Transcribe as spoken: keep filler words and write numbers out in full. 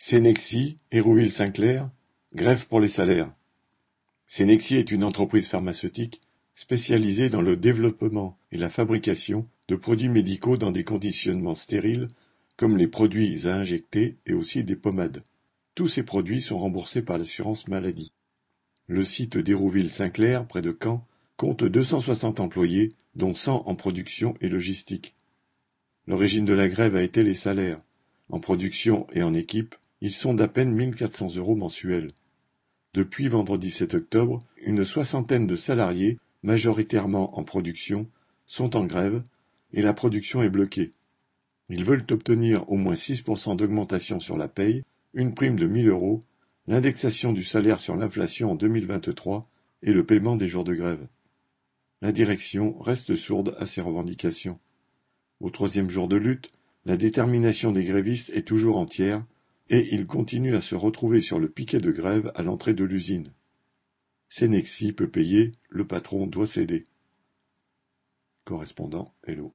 Cenexi, Hérouville-Saint-Clair, grève pour les salaires. Cenexi est une entreprise pharmaceutique spécialisée dans le développement et la fabrication de produits médicaux dans des conditionnements stériles comme les produits à injecter et aussi des pommades. Tous ces produits sont remboursés par l'assurance maladie. Le site d'Hérouville-Saint-Clair, près de Caen, compte deux cent soixante employés, dont cent en production et logistique. L'origine de la grève a été les salaires. En production et en équipe, ils sont d'à peine mille quatre cents euros mensuels. Depuis vendredi sept octobre, une soixantaine de salariés, majoritairement en production, sont en grève et la production est bloquée. Ils veulent obtenir au moins six pour cent d'augmentation sur la paye, une prime de mille euros, l'indexation du salaire sur l'inflation en deux mille vingt-trois et le paiement des jours de grève. La direction reste sourde à ces revendications. Au troisième jour de lutte, la détermination des grévistes est toujours entière et ils continuent à se retrouver sur le piquet de grève à l'entrée de l'usine. Cenexi peut payer, le patron doit céder. Correspondant Hello.